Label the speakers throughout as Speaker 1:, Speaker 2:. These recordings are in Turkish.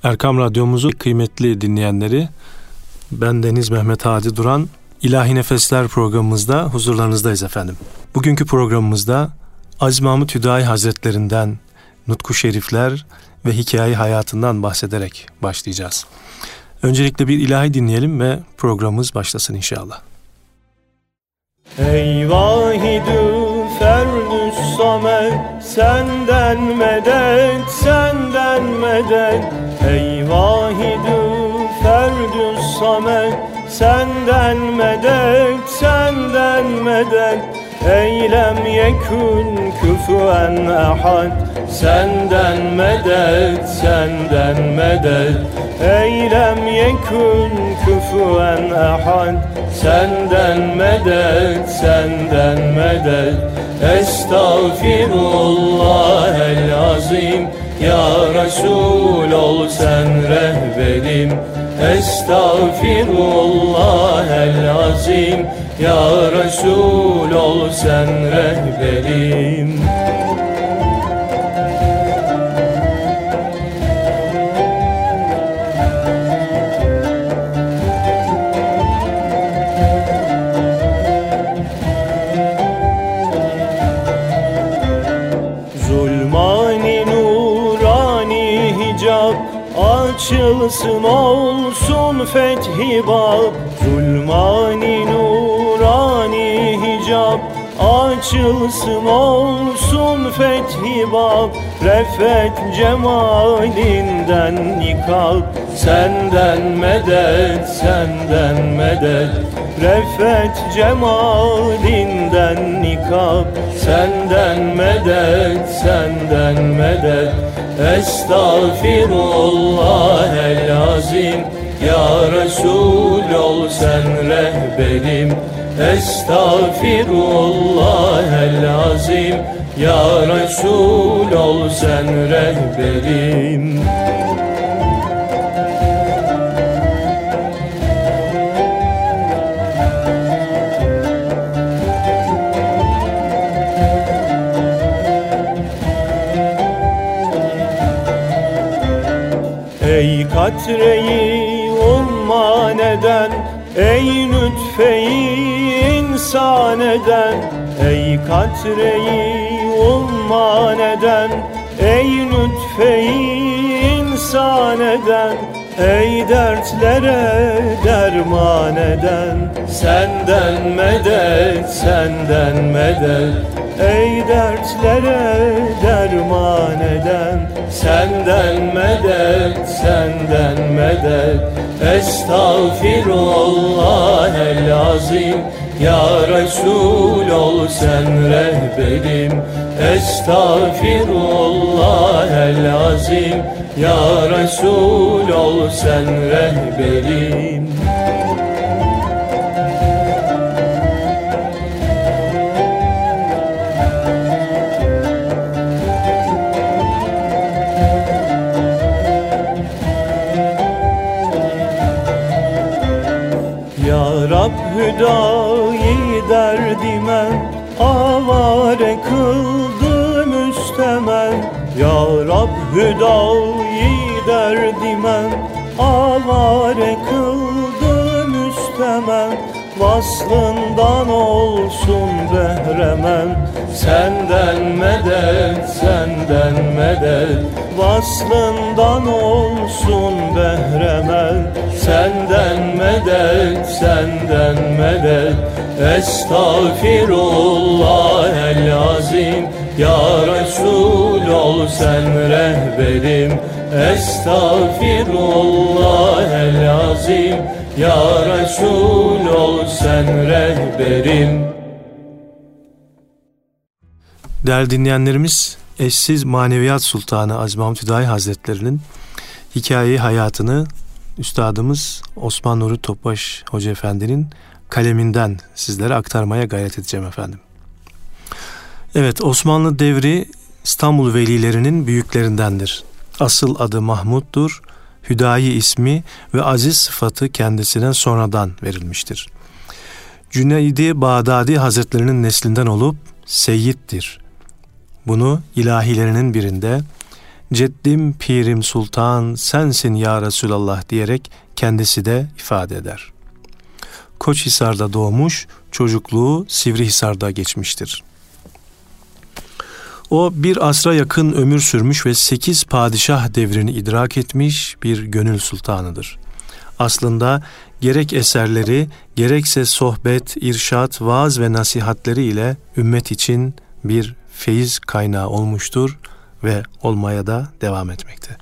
Speaker 1: Erkam Radyomuzun kıymetli dinleyenleri, ben Deniz Mehmet Hadi Duran, İlahi Nefesler programımızda huzurlarınızdayız efendim. Bugünkü programımızda Aziz Mahmud Hüdayi Hazretlerinden nutku şerifler ve hikaye hayatından bahsederek başlayacağız. Öncelikle bir ilahi dinleyelim ve programımız başlasın inşallah.
Speaker 2: Ey vahidü ferdüs samet, senden medet, senden medet. Ey vahidü ferdüs samet, senden medet, senden medet. Eylem yekun küfüen ahad, senden medet, senden medet. Eylem yekun küfüen ahad, senden medet, senden medet. Estağfirullahel azim, ya Resul ol sen rehberim. Estağfirullahel azim, ya Resul ol sen rehberim. Zulmani nurani hicab, açılsın olsun fethi bab. Zulmani nurani hicab, açılsın olsun fethi bab. Refet cemalinden nikab, senden medet, senden medet. Refet cemalinden nikab, senden medet, senden medet. Estağfirullahel azim, ya Resul ol sen rehberim. Estağfirullahel azim, ya Resul ol sen rehberim. Ey katreyi umman eden, ey lütfeyi insan eden. Ey katreyi umman eden, ey lütfeyi insan eden. Ey dertlere derman eden, senden medet, senden medet. Ey dertlere derman eden, senden medet, senden medet. Estağfirullahel azim, ya Resul ol sen rehberim. Estağfirullahel azim, ya Resul ol sen rehberim. Ya Rab hüdayi derdime, avare kıldı müstemen. Ya Rab hüdayi derdime, avare kıldı müstemen. Vaslından olsun behremen, senden medet, senden medet. Vaslından olsun behremen, senden medet, senden medet. Estağfirullahel azim, ya Resul ol sen rehberim. Estağfirullahel azim, ya Resul ol sen rehberim.
Speaker 1: Değerli dinleyenlerimiz, eşsiz maneviyat sultanı Aziz Mahmud Hüdayi Hazretleri'nin hikayeyi hayatını Üstadımız Osman Nuri Topbaş Hoca Efendi'nin kaleminden sizlere aktarmaya gayret edeceğim efendim. Evet, Osmanlı devri İstanbul velilerinin büyüklerindendir. Asıl adı Mahmud'dur. Hüdayi ismi ve aziz sıfatı kendisine sonradan verilmiştir. Cüneyd-i Bağdadi Hazretlerinin neslinden olup seyyiddir. Bunu ilahilerinin birinde Ceddim pirim sultan sensin ya Resulallah diyerek kendisi de ifade eder. Koçhisar'da doğmuş, çocukluğu Sivrihisar'da geçmiştir. O bir asra yakın ömür sürmüş ve 8 padişah devrini idrak etmiş bir gönül sultanıdır. Aslında gerek eserleri, gerekse sohbet, irşat, vaaz ve nasihatleri ile ümmet için bir feyiz kaynağı olmuştur ve olmaya da devam etmekte.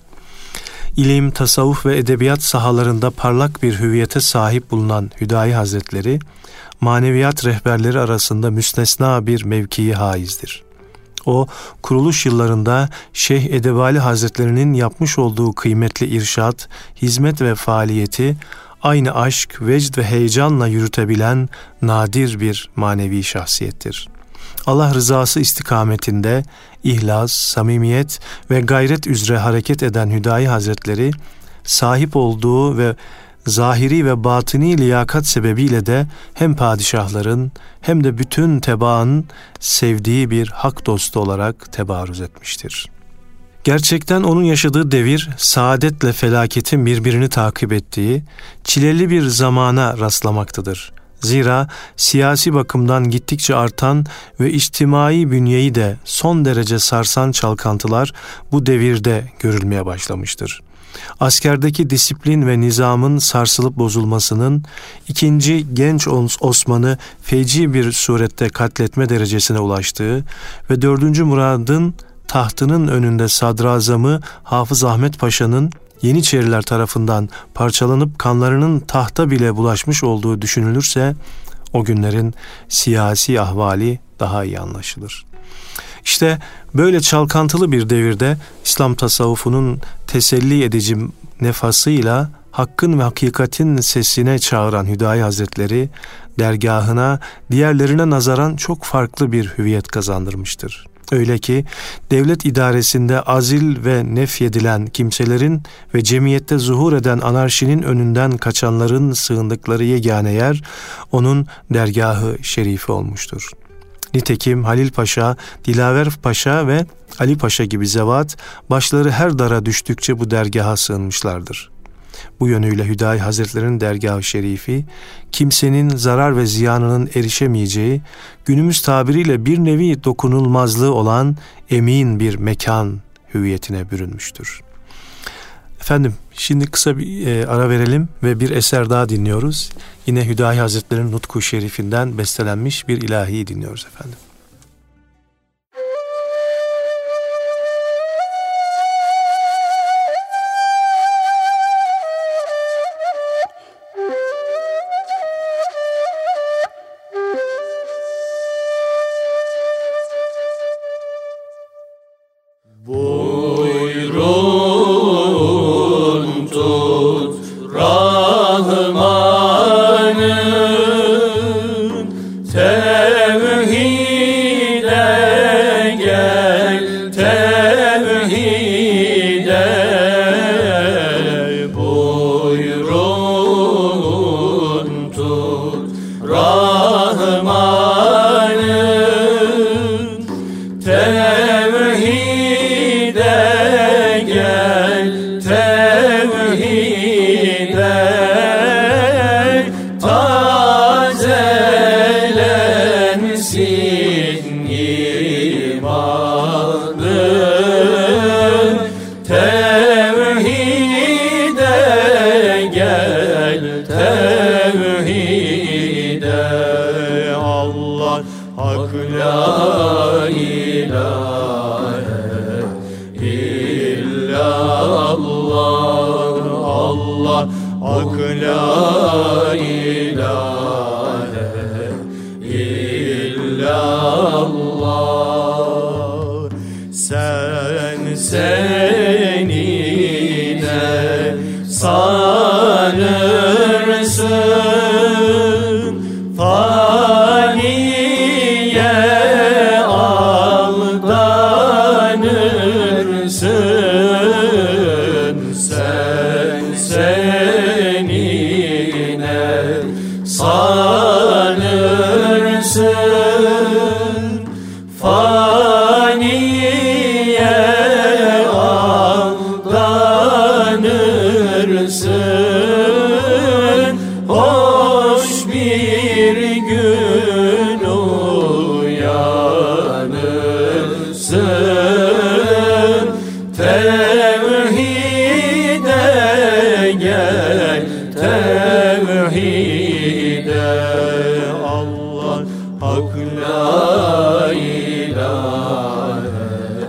Speaker 1: İlim, tasavvuf ve edebiyat sahalarında parlak bir hüviyete sahip bulunan Hüdayi Hazretleri, maneviyat rehberleri arasında müstesna bir mevkii haizdir. O, kuruluş yıllarında Şeyh Edebali Hazretleri'nin yapmış olduğu kıymetli irşat, hizmet ve faaliyeti aynı aşk, vecd ve heyecanla yürütebilen nadir bir manevi şahsiyettir. Allah rızası istikametinde ihlas, samimiyet ve gayret üzere hareket eden Hüdayi Hazretleri, sahip olduğu ve zahiri ve batini liyakat sebebiyle de hem padişahların hem de bütün tebaanın sevdiği bir hak dostu olarak tebarüz etmiştir. Gerçekten onun yaşadığı devir, saadetle felaketin birbirini takip ettiği, çileli bir zamana rastlamaktadır. Zira siyasi bakımdan gittikçe artan ve içtimai bünyeyi de son derece sarsan çalkantılar bu devirde görülmeye başlamıştır. Askerdeki disiplin ve nizamın sarsılıp bozulmasının, 2. Genç Osman'ı feci bir surette katletme derecesine ulaştığı ve 4. Murad'ın tahtının önünde sadrazamı Hafız Ahmet Paşa'nın Yeniçeriler tarafından parçalanıp kanlarının tahta bile bulaşmış olduğu düşünülürse, o günlerin siyasi ahvali daha iyi anlaşılır. İşte böyle çalkantılı bir devirde İslam tasavvufunun teselli edici nefasıyla hakkın ve hakikatin sesine çağıran Hüdayi Hazretleri, dergahına diğerlerine nazaran çok farklı bir hüviyet kazandırmıştır. Öyle ki devlet idaresinde azil ve nefyedilen kimselerin ve cemiyette zuhur eden anarşinin önünden kaçanların sığındıkları yegane yer onun dergahı şerifi olmuştur. Nitekim Halil Paşa, Dilaver Paşa ve Ali Paşa gibi zevat başları her dara düştükçe bu dergaha sığınmışlardır. Bu yönüyle Hüdayi Hazretleri'nin dergah-ı şerifi, kimsenin zarar ve ziyanının erişemeyeceği, günümüz tabiriyle bir nevi dokunulmazlığı olan emin bir mekan hüviyetine bürünmüştür. Efendim, şimdi kısa bir ara verelim ve bir eser daha dinliyoruz. Yine Hüdayi Hazretleri'nin Nutku Şerifinden bestelenmiş bir ilahiyi dinliyoruz efendim.
Speaker 2: Faniye uyanırsın, hoş bir gün uyanırsın, tevhide gel, tevhide. Allah hak la ilahe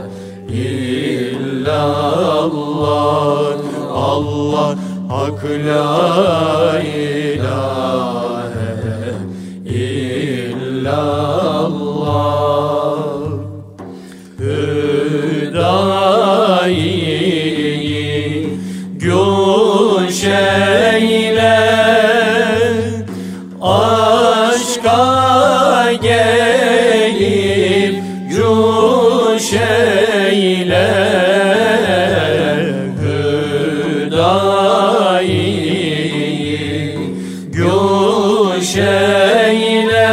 Speaker 2: illallah, Allah hak la ilahe illallah. Hüdayi güş eyle, aşka gelip güş eyle. Hüdayi güş eyle,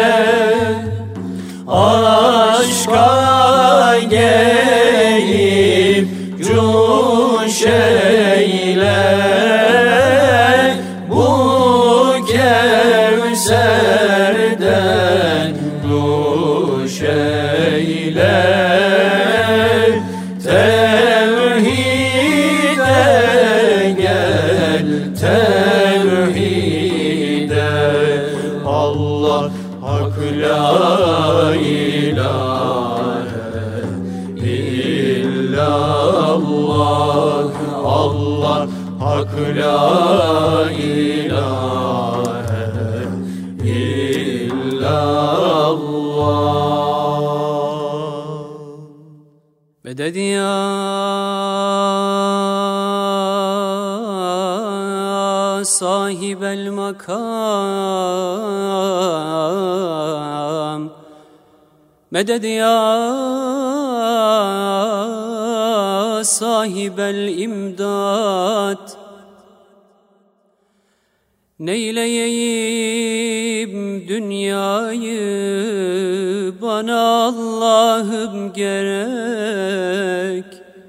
Speaker 2: aşka gelip güş eyle. Bu Kevser'den nuş eyle, tevhide gel, tevhide. Allah hak la ilahe illallah, Allah hak la ilahe illallah. Meded ya sahibel makam, meded ya sahibel imdad. Neyleyeyim dünyayı, bana Allah'ım gerek.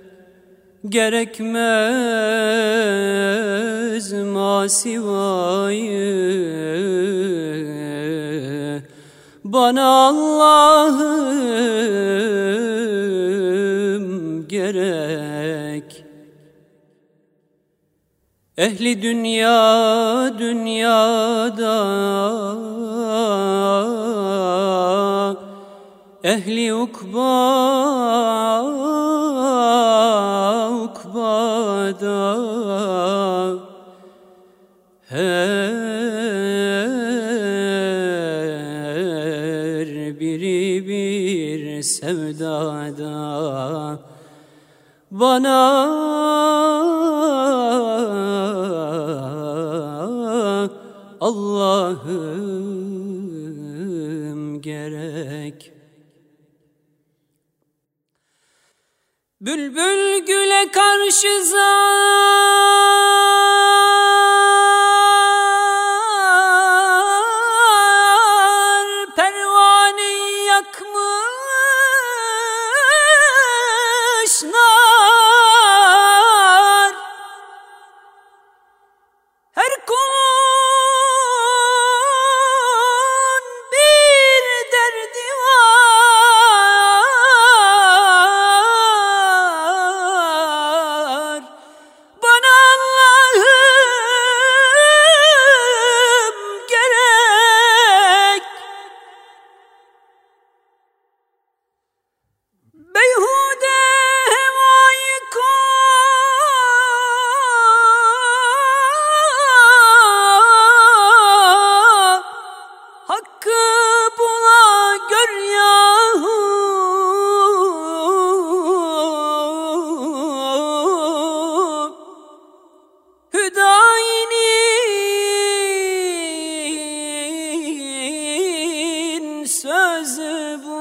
Speaker 2: Gerekmez masivayı, bana Allah'ım gerek. Ehli dünya dünyada, ehli ukba ukbada, her biri bir sevdada. Bana Allah'ım gerek. Bülbül güle karşı zar, pervaneyi yakmış nar. Her kulun bir derdi var. Bana Allah'ım gerek. Beyhude hevayı hakkı bula gör yahu. Hüdayinin sözü bu.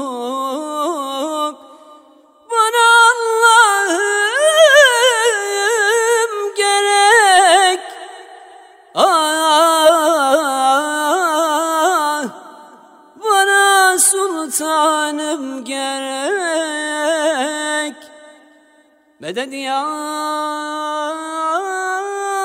Speaker 2: Bana Allah'ım gerek. Bana sultanım gerek. Meded ya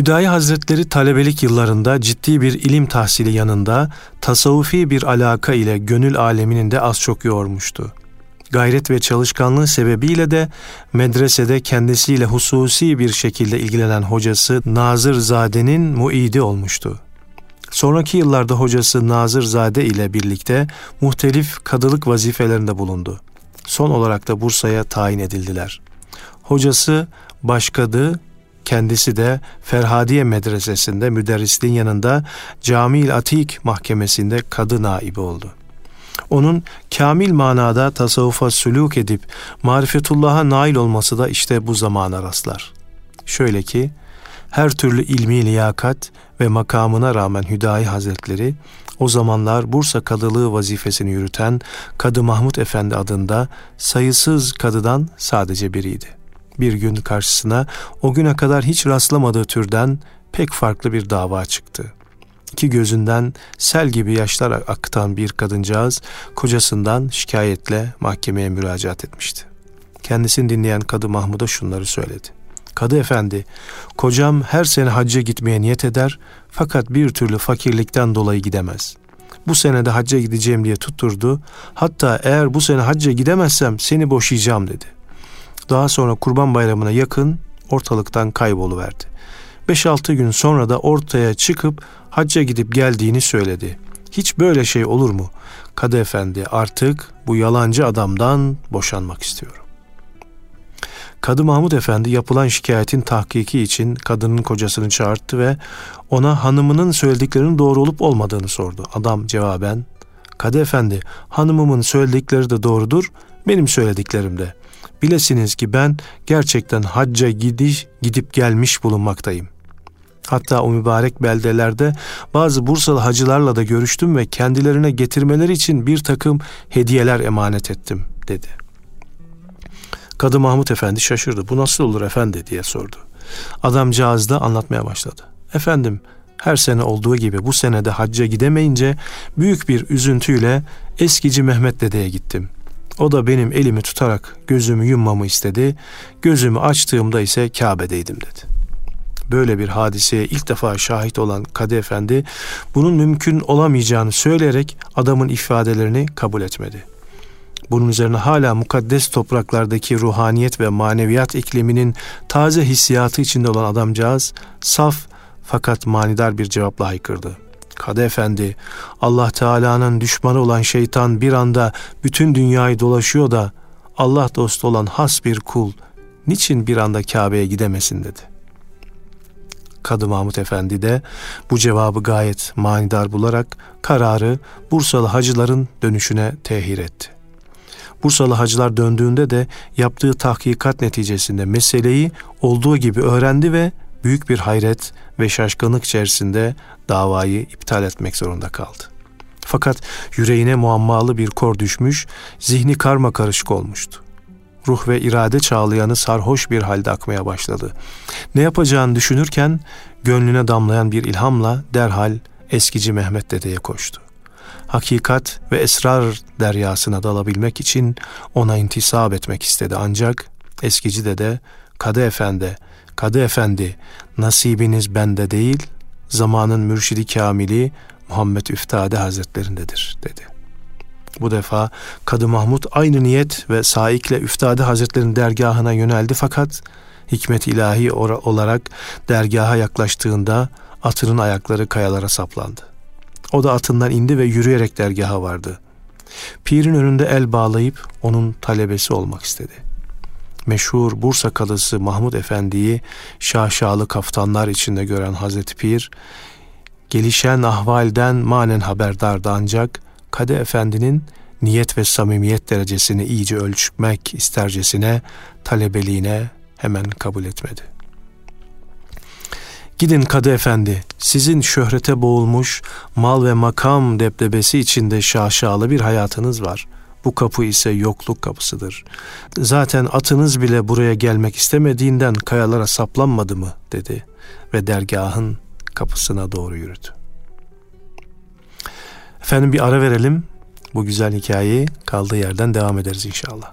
Speaker 1: Hüdayi Hazretleri talebelik yıllarında ciddi bir ilim tahsili yanında tasavvufi bir alaka ile gönül aleminin de az çok yormuştu. Gayret ve çalışkanlığı sebebiyle de medresede kendisiyle hususi bir şekilde ilgilenen hocası Nazırzade'nin muidi olmuştu. Sonraki yıllarda hocası Nazırzade ile birlikte muhtelif kadılık vazifelerinde bulundu. Son olarak da Bursa'ya tayin edildiler. Hocası başkadı, kendisi de Ferhadiye Medresesi'nde müderrisliğin yanında Cami-i Atik Mahkemesi'nde kadı naibi oldu. Onun kamil manada tasavvufa sülûk edip marifetullah'a nail olması da işte bu zamana rastlar. Şöyle ki, her türlü ilmi liyakat ve makamına rağmen Hüdayi Hazretleri, o zamanlar Bursa kadılığı vazifesini yürüten Kadı Mahmud Efendi adında sayısız kadıdan sadece biriydi. Bir gün karşısına o güne kadar hiç rastlamadığı türden pek farklı bir dava çıktı. İki gözünden sel gibi yaşlar akıtan bir kadıncağız kocasından şikayetle mahkemeye müracaat etmişti. Kendisini dinleyen Kadı Mahmud'a şunları söyledi. Kadı efendi, kocam her sene hacca gitmeye niyet eder fakat bir türlü fakirlikten dolayı gidemez. Bu sene de hacca gideceğim diye tutturdu. Hatta eğer bu sene hacca gidemezsem seni boşayacağım dedi. Daha sonra Kurban Bayramı'na yakın ortalıktan kayboluverdi. 5-6 gün sonra da ortaya çıkıp hacca gidip geldiğini söyledi. Hiç böyle şey olur mu? Kadı efendi, artık bu yalancı adamdan boşanmak istiyorum. Kadı Mahmud Efendi yapılan şikayetin tahkiki için kadının kocasını çağırttı ve ona hanımının söylediklerinin doğru olup olmadığını sordu. Adam cevaben, Kadı efendi, hanımımın söyledikleri de doğrudur, benim söylediklerim de. Bilesiniz ki ben gerçekten hacca gidip gelmiş bulunmaktayım. Hatta o mübarek beldelerde bazı Bursalı hacılarla da görüştüm ve kendilerine getirmeleri için bir takım hediyeler emanet ettim dedi. Kadı Mahmud Efendi şaşırdı. Bu nasıl olur efendi diye sordu. Adamcağız da anlatmaya başladı. Efendim, her sene olduğu gibi bu sene de hacca gidemeyince büyük bir üzüntüyle eskici Mehmet dedeye gittim. O da benim elimi tutarak gözümü yummamı istedi. Gözümü açtığımda ise Kabe'deydim dedi. Böyle bir hadiseye ilk defa şahit olan Kadı Efendi bunun mümkün olamayacağını söyleyerek adamın ifadelerini kabul etmedi. Bunun üzerine hala mukaddes topraklardaki ruhaniyet ve maneviyat ikliminin taze hissiyatı içinde olan adamcağız saf fakat manidar bir cevapla haykırdı. Kadı efendi, Allah Teala'nın düşmanı olan şeytan bir anda bütün dünyayı dolaşıyor da Allah dostu olan has bir kul niçin bir anda Kabe'ye gidemesin dedi. Kadı Mahmud Efendi de bu cevabı gayet manidar bularak kararı Bursalı hacıların dönüşüne tehir etti. Bursalı hacılar döndüğünde de yaptığı tahkikat neticesinde meseleyi olduğu gibi öğrendi ve büyük bir hayret ve şaşkınlık içerisinde davayı iptal etmek zorunda kaldı. Fakat yüreğine muammalı bir kor düşmüş, zihni karmakarışık olmuştu. Ruh ve irade çağlayanı sarhoş bir halde akmaya başladı. Ne yapacağını düşünürken gönlüne damlayan bir ilhamla derhal eskici Mehmet dedeye koştu. Hakikat ve esrar deryasına dalabilmek için ona intisap etmek istedi ancak eskici dede, Kadı efendi, nasibiniz bende değil, zamanın mürşidi kamili Muhammed Üftade Hazretlerindedir dedi. Bu defa Kadı Mahmud aynı niyet ve saikle Üftade Hazretlerinin dergahına yöneldi fakat hikmet ilahi olarak dergaha yaklaştığında atının ayakları kayalara saplandı. O da atından indi ve yürüyerek dergaha vardı. Pirin önünde el bağlayıp onun talebesi olmak istedi. Meşhur Bursa kadısı Mahmud Efendi'yi şaşalı kaftanlar içinde gören Hazreti Pir, gelişen ahvalden manen haberdardı ancak Kadı Efendi'nin niyet ve samimiyet derecesini iyice ölçmek istercesine talebeliğine hemen kabul etmedi. Gidin Kadı Efendi, sizin şöhrete boğulmuş, mal ve makam debdebesi içinde şaşalı bir hayatınız var. Bu kapı ise yokluk kapısıdır. Zaten atınız bile buraya gelmek istemediğinden kayalara saplanmadı mı dedi ve dergahın kapısına doğru yürüdü. Efendim bir ara verelim. Bu güzel hikayeyi kaldığı yerden devam ederiz inşallah.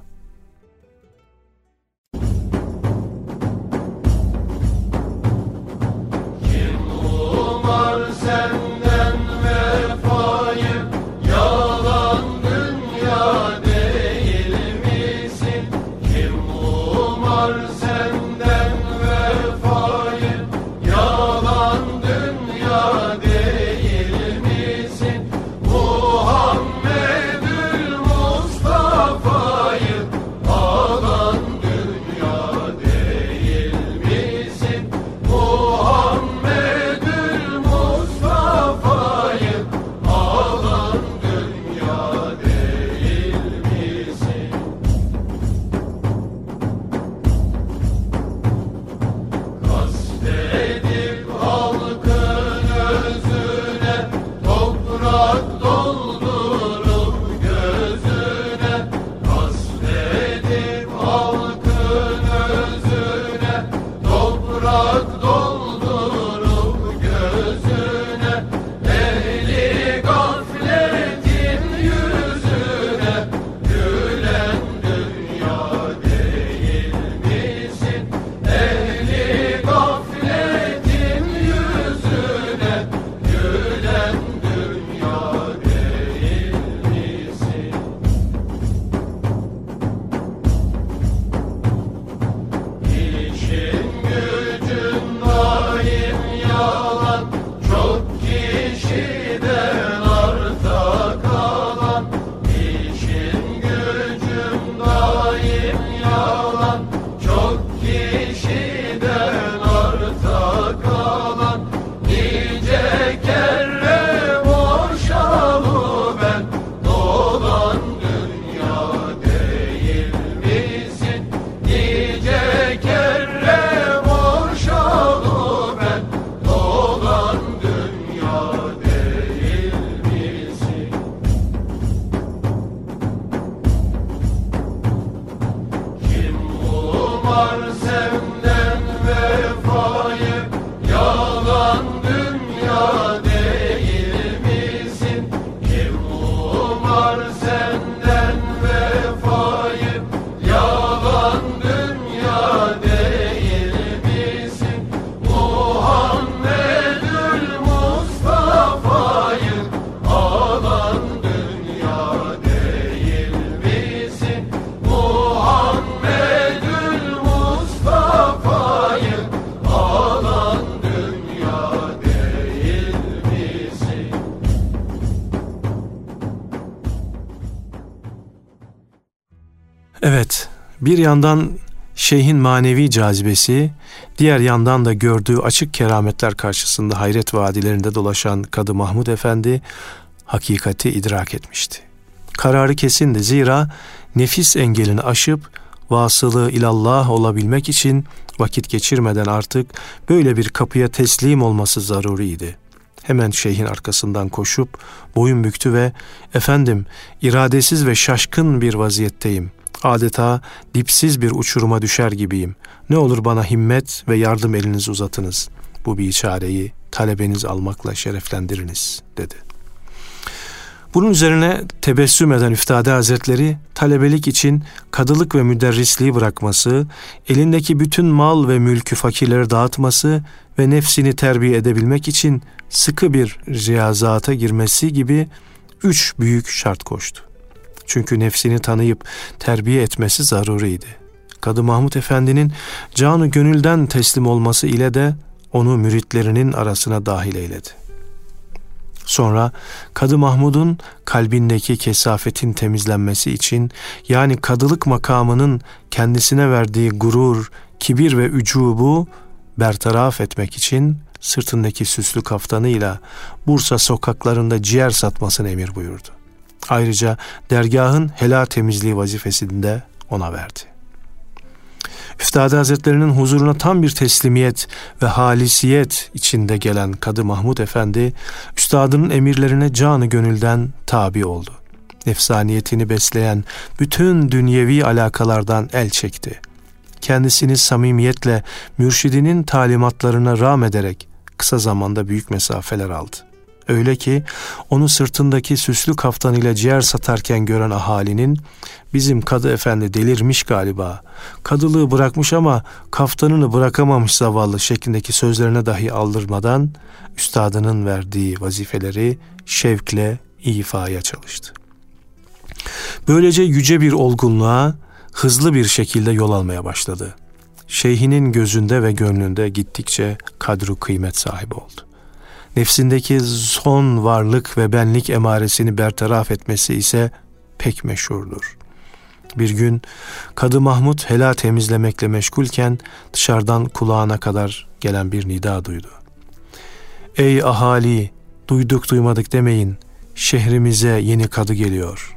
Speaker 1: Evet, bir yandan şeyhin manevi cazibesi, diğer yandan da gördüğü açık kerametler karşısında hayret vadilerinde dolaşan Kadı Mahmud Efendi hakikati idrak etmişti. Kararı kesindi, zira nefis engelini aşıp vasılı ilallah olabilmek için vakit geçirmeden artık böyle bir kapıya teslim olması zaruriydi. Hemen şeyhin arkasından koşup boyun büktü ve "Efendim, iradesiz ve şaşkın bir vaziyetteyim. Adeta dipsiz bir uçuruma düşer gibiyim. Ne olur bana himmet ve yardım elinizi uzatınız. Bu biçareyi talebeniz almakla şereflendiriniz," dedi. Bunun üzerine tebessüm eden Üftade Hazretleri, talebelik için kadılık ve müderrisliği bırakması, elindeki bütün mal ve mülkü fakirlere dağıtması ve nefsini terbiye edebilmek için sıkı bir riyazata girmesi gibi 3 büyük şart koştu. Çünkü nefsini tanıyıp terbiye etmesi zaruriydi. Kadı Mahmud Efendi'nin canı gönülden teslim olması ile de onu müritlerinin arasına dahil eyledi. Sonra Kadı Mahmud'un kalbindeki kesafetin temizlenmesi için, yani kadılık makamının kendisine verdiği gurur, kibir ve ücubu bertaraf etmek için sırtındaki süslü kaftanıyla Bursa sokaklarında ciğer satmasını emir buyurdu. Ayrıca dergahın helal temizliği vazifesini de ona verdi. Üftade Hazretlerinin huzuruna tam bir teslimiyet ve halisiyet içinde gelen Kadı Mahmud Efendi, üstadının emirlerine canı gönülden tabi oldu. Nefsaniyetini besleyen bütün dünyevi alakalardan el çekti. Kendisini samimiyetle mürşidinin talimatlarına rağm ederek kısa zamanda büyük mesafeler aldı. Öyle ki onu sırtındaki süslü kaftanıyla ciğer satarken gören ahalinin "Bizim Kadı Efendi delirmiş galiba, kadılığı bırakmış ama kaftanını bırakamamış zavallı" şeklindeki sözlerine dahi aldırmadan üstadının verdiği vazifeleri şevkle ifaya çalıştı. Böylece yüce bir olgunluğa hızlı bir şekilde yol almaya başladı. Şeyhinin gözünde ve gönlünde gittikçe kadru kıymet sahibi oldu. Nefsindeki son varlık ve benlik emaresini bertaraf etmesi ise pek meşhurdur. Bir gün Kadı Mahmud helal temizlemekle meşgulken dışarıdan kulağına kadar gelen bir nida duydu. "Ey ahali, duyduk duymadık demeyin, şehrimize yeni kadı geliyor."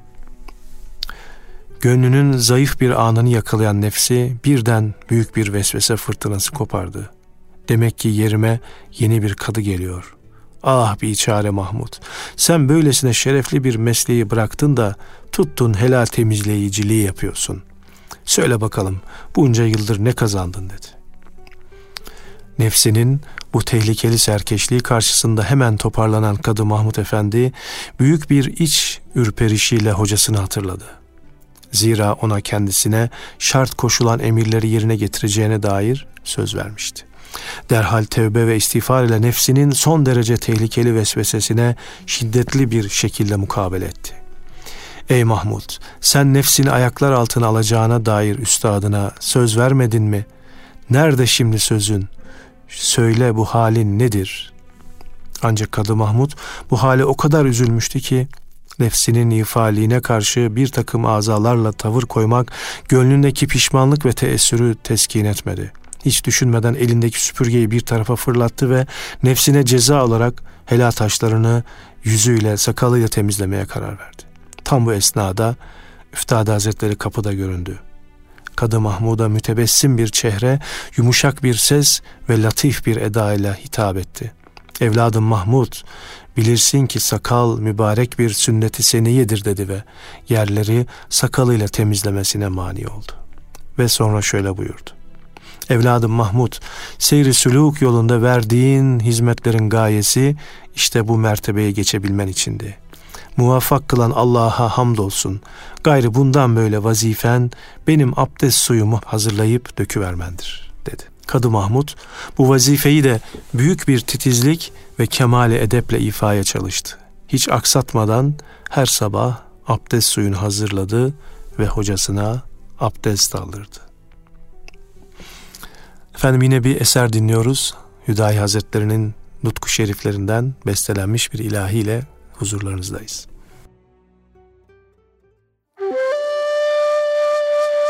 Speaker 1: Gönlünün zayıf bir anını yakalayan nefsi birden büyük bir vesvese fırtınası kopardı. Demek ki yerime yeni bir kadı geliyor. Ah biçare Mahmud, sen böylesine şerefli bir mesleği bıraktın da tuttun helal temizleyiciliği yapıyorsun. Söyle bakalım, bunca yıldır ne kazandın, dedi. Nefsinin bu tehlikeli serkeşliği karşısında hemen toparlanan Kadı Mahmud Efendi büyük bir iç ürperişiyle hocasını hatırladı. Zira ona kendisine şart koşulan emirleri yerine getireceğine dair söz vermişti. Derhal tevbe ve istiğfar ile nefsinin son derece tehlikeli vesvesesine şiddetli bir şekilde mukabele etti. "Ey Mahmud, sen nefsini ayaklar altına alacağına dair üstadına söz vermedin mi? Nerede şimdi sözün? Söyle, bu halin nedir?" Ancak Kadı Mahmud bu hale o kadar üzülmüştü ki nefsinin ifaliğine karşı bir takım azalarla tavır koymak gönlündeki pişmanlık ve teessürü teskin etmedi. Hiç düşünmeden elindeki süpürgeyi bir tarafa fırlattı ve nefsine ceza olarak helal taşlarını yüzüyle, sakalıyla temizlemeye karar verdi. Tam bu esnada Üftade Hazretleri kapıda göründü. Kadı Mahmud'a mütebessim bir çehre, yumuşak bir ses ve latif bir eda ile hitap etti. "Evladım Mahmud, bilirsin ki sakal mübarek bir sünnet-i seniyedir," dedi ve yerleri sakalıyla temizlemesine mani oldu. Ve sonra şöyle buyurdu. "Evladım Mahmud, seyri sülûk yolunda verdiğin hizmetlerin gayesi işte bu mertebeye geçebilmen içindi. Muvaffak kılan Allah'a hamdolsun. Gayrı bundan böyle vazifen benim abdest suyumu hazırlayıp döküvermendir," dedi. Kadı Mahmud bu vazifeyi de büyük bir titizlik ve kemale edeple ifaya çalıştı. Hiç aksatmadan her sabah abdest suyunu hazırladı ve hocasına abdest aldırdı. Efendim, yine bir eser dinliyoruz. Hüdayi Hazretleri'nin nutku şeriflerinden bestelenmiş bir ilahiyle huzurlarınızdayız.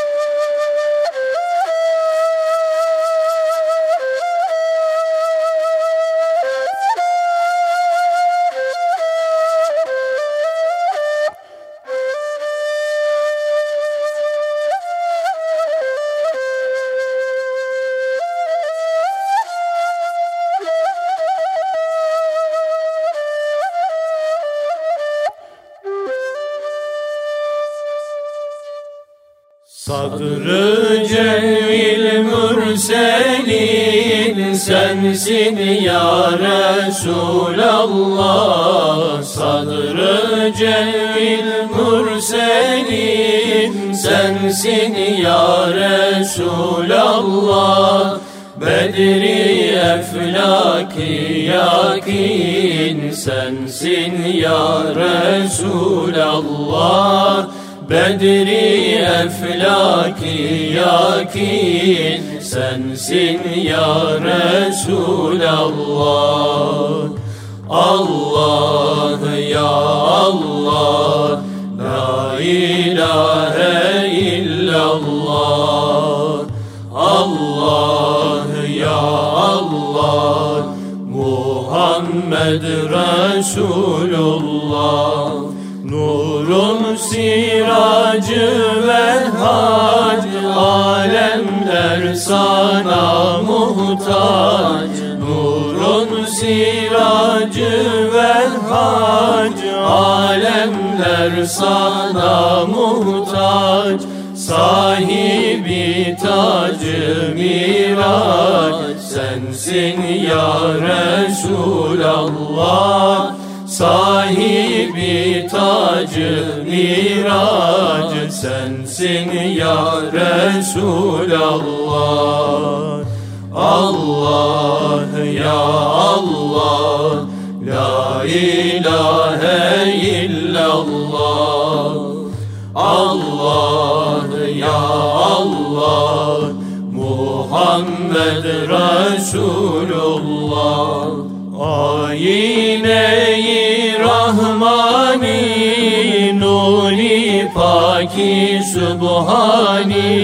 Speaker 3: Sadr-ı Cemil Mürselin sensin ya Resulallah. Sadr-ı Cemil Mürselin sensin ya Resulallah. Bedri eflaki yakin sensin ya Resulallah. Bedri eflaki yakin sensin ya Resulallah. Allah ya Allah, la ilahe illallah. Allah ya Allah, Muhammed Resulullah. Nurun siracı ve hac, alemler sana muhtaç. Nurun siracı ve hac, alemler sana muhtaç. Sahibi tacı miraç sensin ya Resulallah. Sahibi tacı miraç sensin ya Resulallah. Allah ya Allah, la ilahe illallah. Allah ya Allah, Muhammed Resulullah. Ayine-i Rahmani, Nuri Paki Sübhani.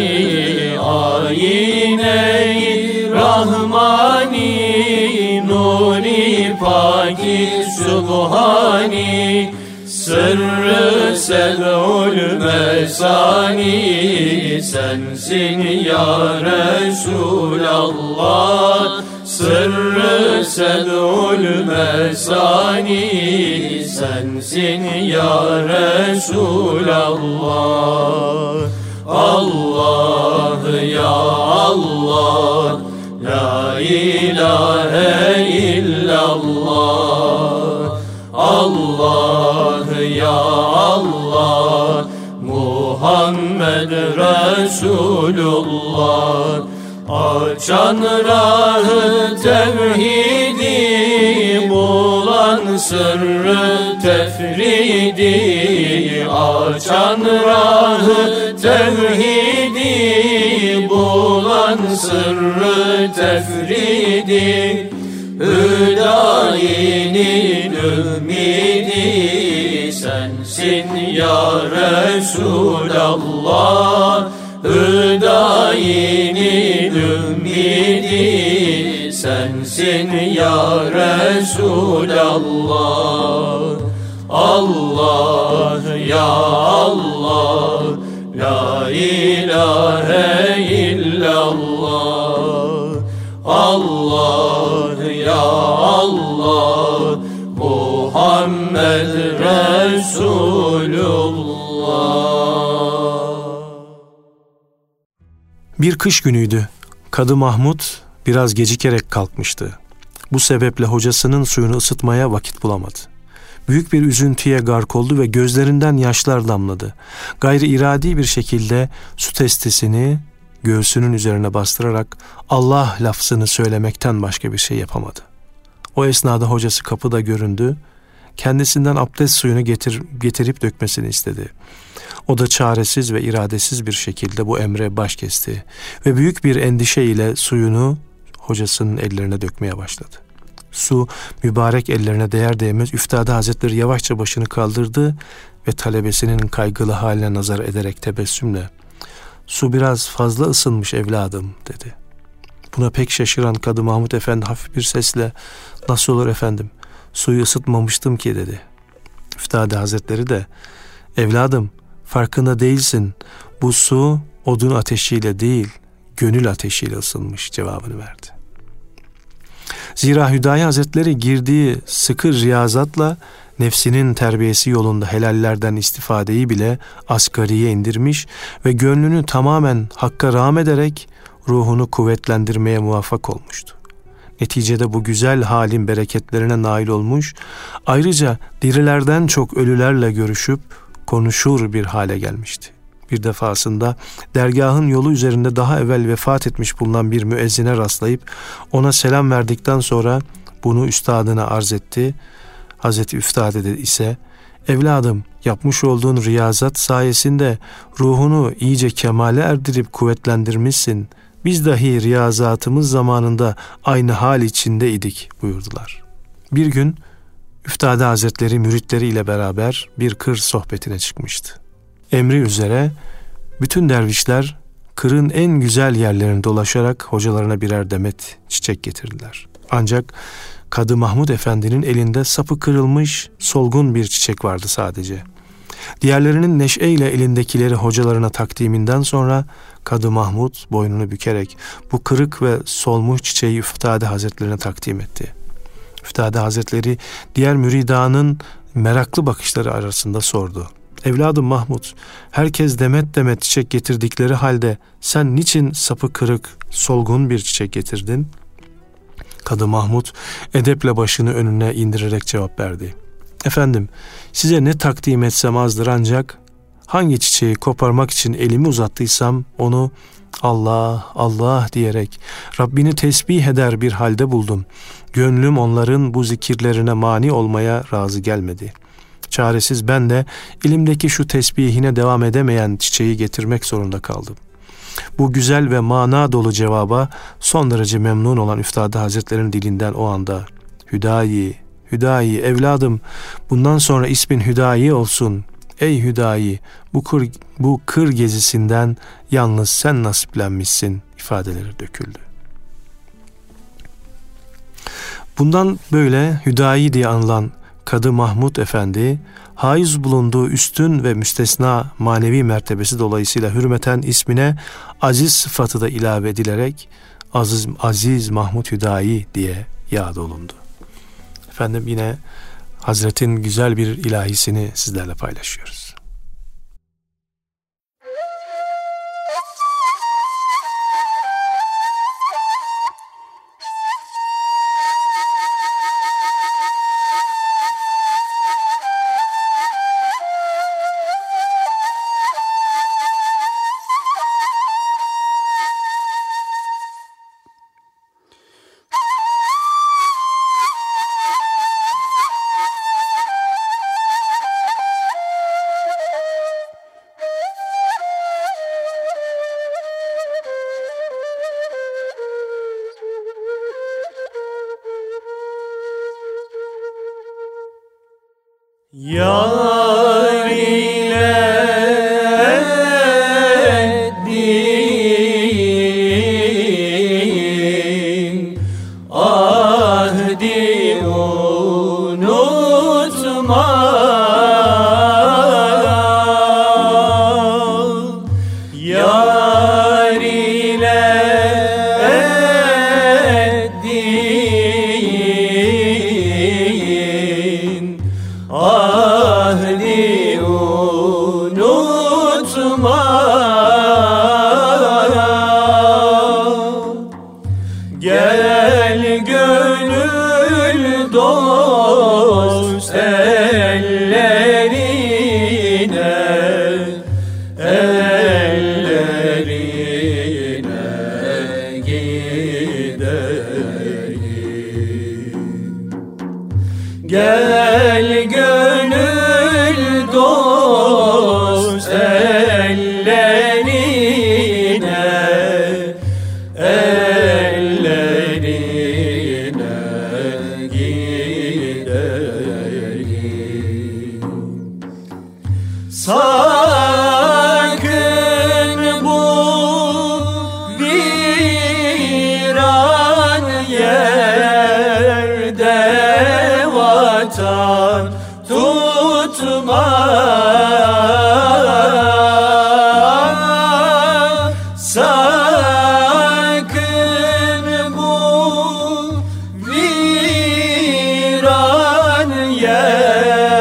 Speaker 3: Ayine-i Rahmani, Nuri Paki Sübhani. Sırrı sed'ul mesani sensin ya Resulallah. Sırrı sed'ul mesani sensin ya Resulallah. Allah ya Allah, la ilahe illallah. Allah ya Allah, Muhammed Resulullah. Açan rahı tevhidi, bulan sırrı tefridi. Açan rahı tevhidi, bulan sırrı tefridi. Hüdayinin ümidi sensin ya Resulallah. Hüdayinin ümidi sensin ya Resulallah. Allah ya Allah, la ilahe illallah. Allah ya Allah, Muhammed Resulullah.
Speaker 1: Bir kış günüydü. Kadı Mahmut biraz gecikerek kalkmıştı. Bu sebeple hocasının suyunu ısıtmaya vakit bulamadı. Büyük bir üzüntüye gark oldu ve gözlerinden yaşlar damladı. Gayri iradi bir şekilde su testisini göğsünün üzerine bastırarak Allah lafzını söylemekten başka bir şey yapamadı. O esnada hocası kapıda göründü. Kendisinden abdest suyunu getirip dökmesini istedi. O da çaresiz ve iradesiz bir şekilde bu emre baş kesti ve büyük bir endişe ile suyunu hocasının ellerine dökmeye başladı. Su mübarek ellerine değer değmez Üftade Hazretleri yavaşça başını kaldırdı ve talebesinin kaygılı haline nazar ederek tebessümle "Su biraz fazla ısınmış evladım," dedi. Buna pek şaşıran Kadı Mahmut Efendi hafif bir sesle "Nasıl olur efendim, suyu ısıtmamıştım ki," dedi. Üftade Hazretleri de "Evladım, farkında değilsin, bu su odun ateşiyle değil, gönül ateşiyle ısınmış," cevabını verdi. Zira Hüdayi Hazretleri girdiği sıkı riyazatla nefsinin terbiyesi yolunda helallerden istifadeyi bile asgariye indirmiş ve gönlünü tamamen Hakk'a rağm ederek ruhunu kuvvetlendirmeye muvaffak olmuştu. Neticede bu güzel halin bereketlerine nail olmuş, ayrıca dirilerden çok ölülerle görüşüp konuşur bir hale gelmişti. Bir defasında dergahın yolu üzerinde daha evvel vefat etmiş bulunan bir müezzine rastlayıp ona selam verdikten sonra bunu üstadına arz etti. Hazreti Üftade ise "Evladım, yapmış olduğun riyazat sayesinde ruhunu iyice kemale erdirip kuvvetlendirmişsin. Biz dahi riyazatımız zamanında aynı hal içinde idik" buyurdular. Bir gün Üftade Hazretleri müritleriyle beraber bir kır sohbetine çıkmıştı. Emri üzere bütün dervişler kırın en güzel yerlerini dolaşarak hocalarına birer demet çiçek getirdiler. Ancak Kadı Mahmud Efendi'nin elinde sapı kırılmış solgun bir çiçek vardı sadece. Diğerlerinin neşeyle elindekileri hocalarına takdiminden sonra Kadı Mahmud boynunu bükerek bu kırık ve solmuş çiçeği Üftade Hazretlerine takdim etti. Üftade Hazretleri diğer müridanın meraklı bakışları arasında sordu: "Evladım Mahmud, herkes demet demet çiçek getirdikleri halde sen niçin sapı kırık, solgun bir çiçek getirdin?" Kadı Mahmud edeple başını önüne indirerek cevap verdi: "Efendim, size ne takdim etsem azdır, ancak hangi çiçeği koparmak için elimi uzattıysam onu Allah, Allah diyerek Rabbini tesbih eder bir halde buldum. Gönlüm onların bu zikirlerine mani olmaya razı gelmedi. Çaresiz ben de elimdeki şu tesbihine devam edemeyen çiçeği getirmek zorunda kaldım." Bu güzel ve mana dolu cevaba son derece memnun olan Üftade Hazretleri'nin dilinden o anda "Hüdayi, Hüdayi evladım, bundan sonra ismin Hüdayi olsun. Ey Hüdayi, bu kır gezisinden yalnız sen nasiplenmişsin" ifadeleri döküldü. Bundan böyle Hüdayi diye anılan Kadı Mahmud Efendi, haiz bulunduğu üstün ve müstesna manevi mertebesi dolayısıyla hürmeten ismine aziz sıfatı da ilave edilerek Aziz Mahmud Hüdayi diye yad olundu. Efendim, yine Hazret'in güzel bir ilahisini sizlerle paylaşıyoruz.
Speaker 3: Yar ile ettiğin ahdi unutma. Yar ile ettiğin ahdi unutma. Gel gönül dost ellerine, ellerine gidelim. Gel gönül dost ellerine, ellerine gidelim. Sakın bu viran yerde vatan tutma. Sakın bu viran yerde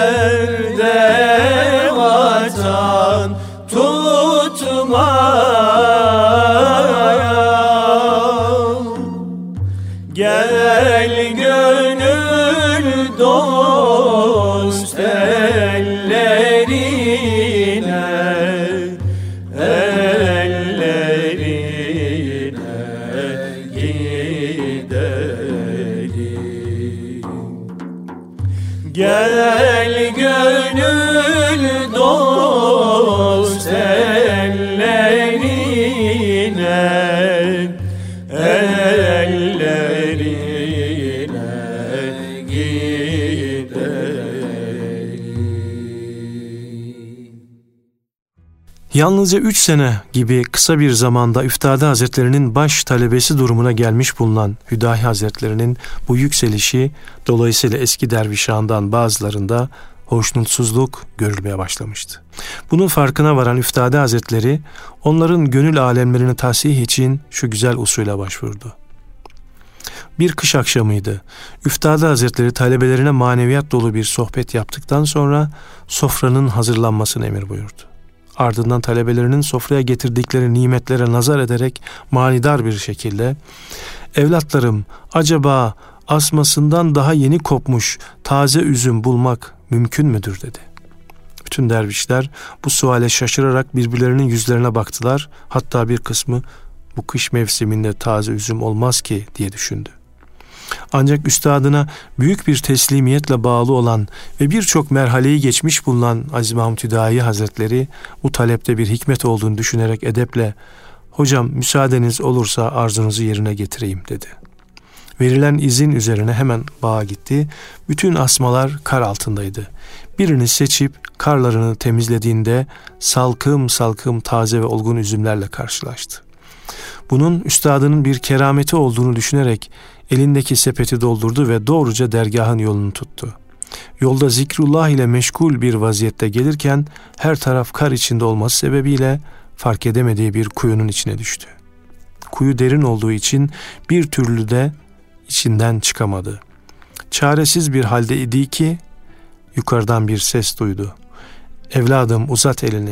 Speaker 3: Gel gönül dost ellerine, ellerine gidelim.
Speaker 1: Yalnızca 3 sene gibi kısa bir zamanda Üftade Hazretlerinin baş talebesi durumuna gelmiş bulunan Hüdayi Hazretlerinin bu yükselişi dolayısıyla eski dervişandan bazılarında hoşnutsuzluk görülmeye başlamıştı. Bunun farkına varan Üftade Hazretleri onların gönül alemlerini tahsih için şu güzel usule başvurdu. Bir kış akşamıydı. Üftade Hazretleri talebelerine maneviyat dolu bir sohbet yaptıktan sonra sofranın hazırlanmasını emir buyurdu. Ardından talebelerinin sofraya getirdikleri nimetlere nazar ederek manidar bir şekilde "Evlatlarım, acaba asmasından daha yeni kopmuş taze üzüm bulmak mümkün müdür?" dedi. Bütün dervişler bu suale şaşırarak birbirlerinin yüzlerine baktılar. Hatta bir kısmı "Bu kış mevsiminde taze üzüm olmaz ki" diye düşündü. Ancak üstadına büyük bir teslimiyetle bağlı olan ve birçok merhaleyi geçmiş bulunan Aziz Mahmud Hüdayi Hazretleri bu talepte bir hikmet olduğunu düşünerek edeple "Hocam, müsaadeniz olursa arzunuzu yerine getireyim" dedi. Verilen izin üzerine hemen bağa gitti. Bütün asmalar kar altındaydı. Birini seçip karlarını temizlediğinde salkım salkım taze ve olgun üzümlerle karşılaştı. Bunun üstadının bir kerameti olduğunu düşünerek elindeki sepeti doldurdu ve doğruca dergahın yolunu tuttu. Yolda zikrullah ile meşgul bir vaziyette gelirken her taraf kar içinde olması sebebiyle fark edemediği bir kuyunun içine düştü. Kuyu derin olduğu için bir türlü de içinden çıkamadı. Çaresiz bir halde idi ki yukarıdan bir ses duydu. "Evladım, uzat elini."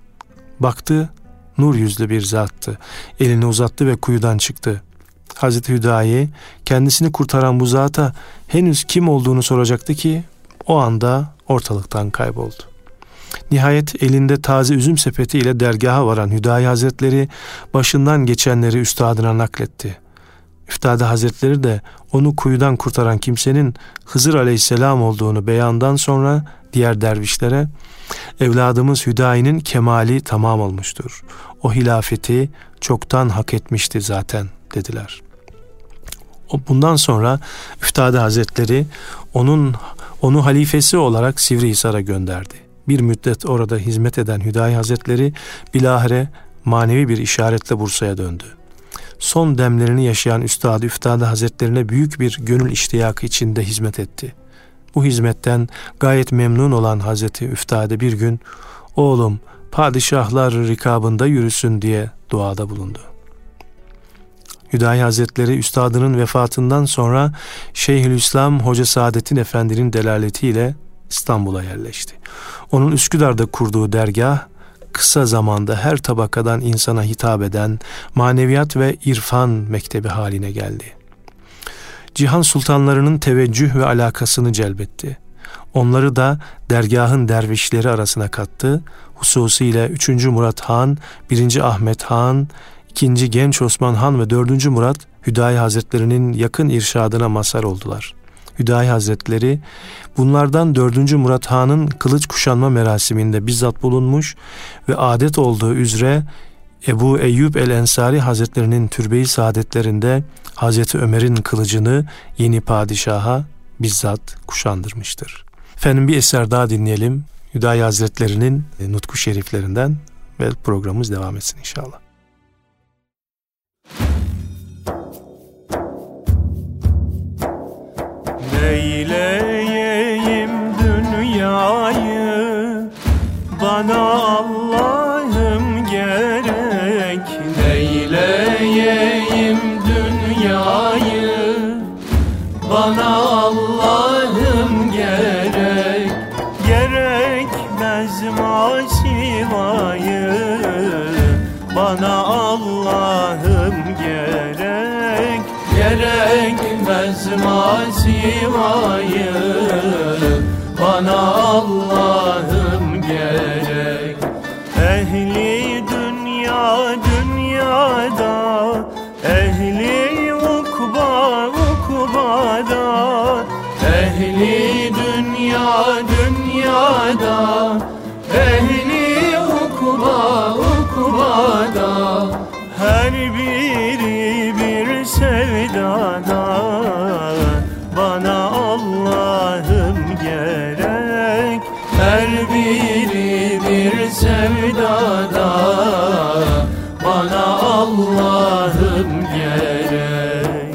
Speaker 1: Baktı, nur yüzlü bir zattı. Elini uzattı ve kuyudan çıktı. Hazreti Hüdayi kendisini kurtaran bu zata henüz kim olduğunu soracaktı ki o anda ortalıktan kayboldu. Nihayet elinde taze üzüm sepeti ile dergaha varan Hüdayi Hazretleri başından geçenleri üstadına nakletti. Üftade Hazretleri de onu kuyudan kurtaran kimsenin Hızır Aleyhisselam olduğunu beyandan sonra diğer dervişlere "Evladımız Hüdayi'nin kemali tamam olmuştur. O hilafeti çoktan hak etmişti zaten" dediler. Bundan sonra Üftade Hazretleri onu halifesi olarak Sivrihisar'a gönderdi. Bir müddet orada hizmet eden Hüdayi Hazretleri bilahare manevi bir işaretle Bursa'ya döndü. Son demlerini yaşayan Üftade Hazretlerine büyük bir gönül iştiyakı içinde hizmet etti. Bu hizmetten gayet memnun olan Hazreti Üftade bir gün "Oğlum, padişahlar rikabında yürüsün" diye duada bulundu. Hüdayi Hazretleri üstadının vefatından sonra Şeyhülislam Hoca Saadettin Efendi'nin delaletiyle İstanbul'a yerleşti. Onun Üsküdar'da kurduğu dergah kısa zamanda her tabakadan insana hitap eden maneviyat ve irfan mektebi haline geldi. Cihan sultanlarının teveccüh ve alakasını celbetti. Onları da dergahın dervişleri arasına kattı. Hususiyle 3. Murat Han, 1. Ahmet Han, 2. Genç Osman Han ve 4. Murat Hüdayi Hazretleri'nin yakın irşadına mazhar oldular. Hüdayi Hazretleri bunlardan 4. Murat Han'ın kılıç kuşanma merasiminde bizzat bulunmuş ve adet olduğu üzere Ebu Eyyub el-Ensari Hazretlerinin türbe-i saadetlerinde Hazreti Ömer'in kılıcını yeni padişaha bizzat kuşandırmıştır. Efendim, bir eser daha dinleyelim. Hüdayi Hazretlerinin nutku şeriflerinden ve programımız devam etsin inşallah.
Speaker 3: Neyleyeyim dünyayı, bana Allah'ım gerek. Neyleyeyim dünyayı, bana Allah'ım gerek. Gerekmez masivayı, bana Allah'ım gerek. Gerekmez masivayı, bana Allah'ım gerek. gerek. Ehli dünya dünyada, ehli ukba ukbada, ehli dünya dünyada, ehli ukba ukbada, her biri bir sevdada. Bana Allah'ım gerek, her biri bir sevdada. Bana Allah'ım gerek.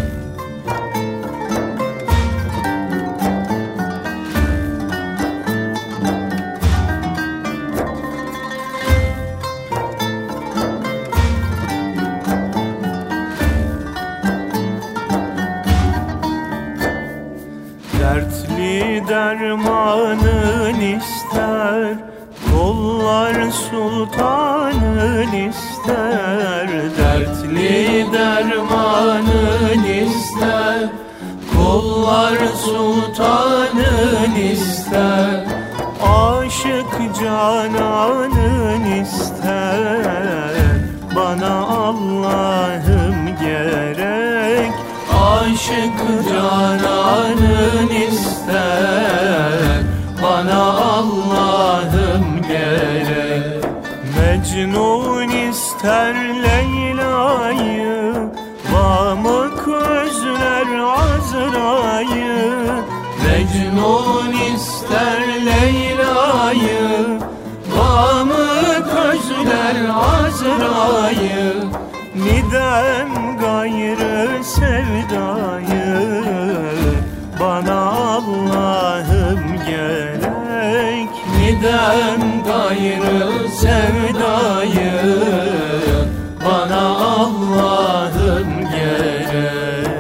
Speaker 3: Dertli dermanın ister, kollar sultanın ister. Dertli dermanın ister, kollar sultanın ister. Aşık cananın ister, bana Allah'ım gerek. Aşık cananın ister, bana Allah'ım gerek. Mecnun ister Leyla'yı, Vamık özler Azra'yı. Mecnun ister Leyla'yı, Vamık özler Azra'yı. Nidem gayrı sevdayı, bana Allah'ım gerek. Nidem gayrı sevdayı, bana Allah'ım gerek.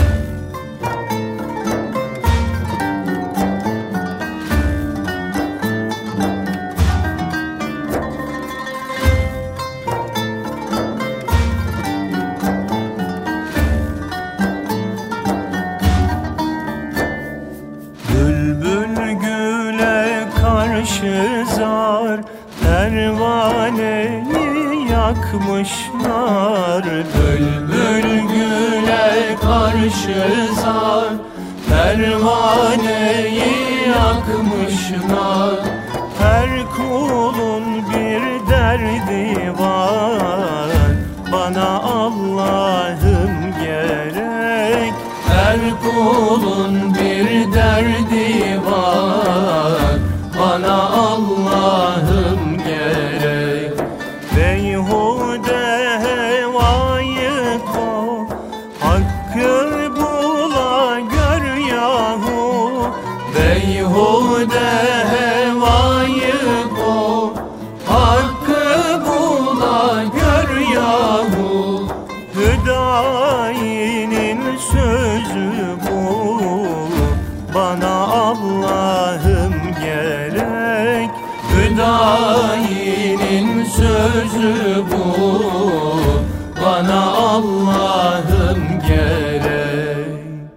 Speaker 3: Zar pervaneyi yakmışlar. Bülbül güle karşı zar pervaneyi yakmışlar. Her kulun bir derdi var, bana Allah'ım gerek. Her kulun bir derdi var, bana Allah'ım gerek. Beyhude hevayı ko, hakkı bula gör yahu. Beyhude hevayı ko, hakkı bula gör yahu. Hüdayi'nin sözü bu, bana Allah'ım gerek. Hüdayi'nin sözü bu, bana Allah'ım gerek.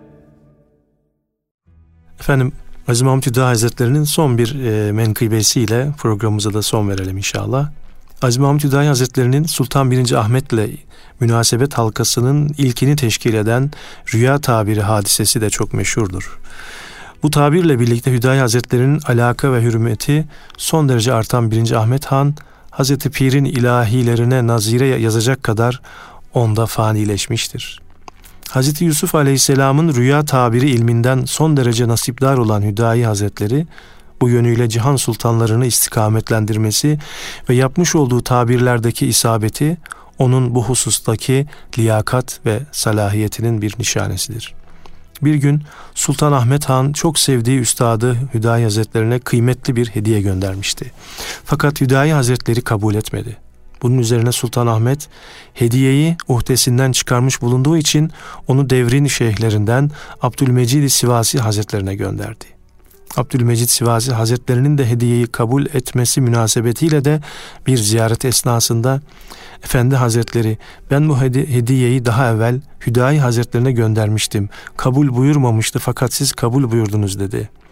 Speaker 1: Efendim, Aziz Mahmud Hüdayi Hazretleri'nin son bir menkıbesiyle programımıza da son verelim inşallah. Aziz Mahmud Hüdayi Hazretleri'nin Sultan 1. Ahmet'le münasebet halkasının ilkini teşkil eden rüya tabiri hadisesi de çok meşhurdur. Bu tabirle birlikte Hüdayi Hazretleri'nin alaka ve hürmeti son derece artan 1. Ahmet Han, Hazreti Pir'in ilahilerine nazire yazacak kadar onda fanileşmiştir. Hazreti Yusuf Aleyhisselam'ın rüya tabiri ilminden son derece nasipdar olan Hüdayi Hazretleri, bu yönüyle cihan sultanlarını istikametlendirmesi ve yapmış olduğu tabirlerdeki isabeti, onun bu husustaki liyakat ve salahiyetinin bir nişanesidir. Bir gün Sultan Ahmet Han çok sevdiği üstadı Hüdayi Hazretlerine kıymetli bir hediye göndermişti. Fakat Hüdayi Hazretleri kabul etmedi. Bunun üzerine Sultan Ahmet hediyeyi uhdesinden çıkarmış bulunduğu için onu devrin şeyhlerinden Abdülmecid Sivasi Hazretlerine gönderdi. Abdülmecid Sivasi Hazretlerinin de hediyeyi kabul etmesi münasebetiyle de bir ziyaret esnasında Efendi Hazretleri, ben bu hediyeyi daha evvel Hüdayi Hazretlerine göndermiştim. Kabul buyurmamıştı fakat siz kabul buyurdunuz dedi.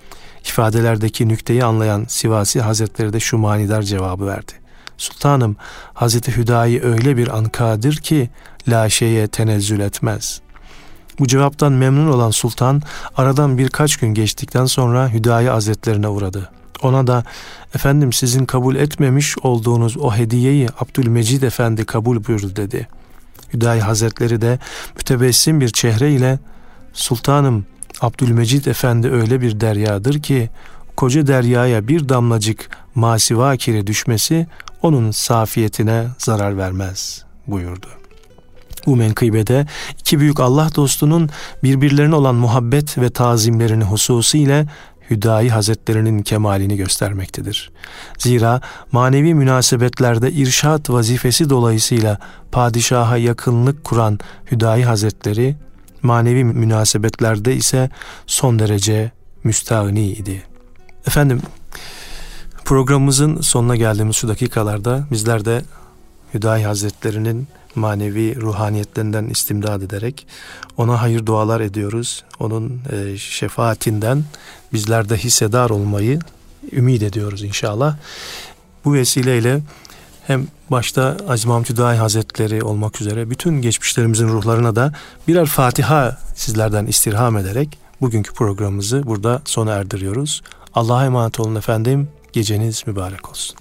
Speaker 1: ifadelerdeki nükteyi anlayan Sivasi Hazretleri de şu manidar cevabı verdi. Sultanım, Hazreti Hüdayi öyle bir ankadır ki la şeye tenezzül etmez. Bu cevaptan memnun olan sultan aradan birkaç gün geçtikten sonra Hüdayi Hazretlerine uğradı. Ona da efendim sizin kabul etmemiş olduğunuz o hediyeyi Abdülmecid Efendi kabul buyurdu dedi. Hüdayi Hazretleri de mütebessim bir çehre ile sultanım Abdülmecid Efendi öyle bir deryadır ki koca deryaya bir damlacık masiva kiri düşmesi onun safiyetine zarar vermez buyurdu. Bu menkıbede iki büyük Allah dostunun birbirlerine olan muhabbet ve tazimlerini hususiyle Hüdayi Hazretlerinin kemalini göstermektedir. Zira manevi münasebetlerde irşat vazifesi dolayısıyla padişaha yakınlık kuran Hüdayi Hazretleri, manevi münasebetlerde ise son derece müstahni idi. Efendim, programımızın sonuna geldiğimiz şu dakikalarda bizler de Hüdayi Hazretlerinin manevi ruhaniyetlerinden istimdad ederek ona hayır dualar ediyoruz. Onun şefaatinden bizler de hissedar olmayı ümit ediyoruz inşallah. Bu vesileyle hem başta Aziz Mahmud Hüdayi Hazretleri olmak üzere bütün geçmişlerimizin ruhlarına da birer Fatiha sizlerden istirham ederek bugünkü programımızı burada sona erdiriyoruz. Allah'a emanet olun efendim. Geceniz mübarek olsun.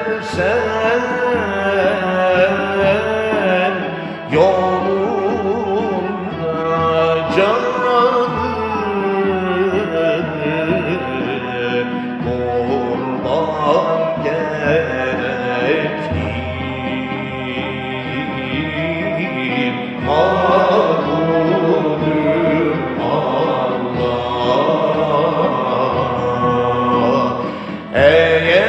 Speaker 3: sen yolunda canım kurban gerektir mağludur Allah. Eğer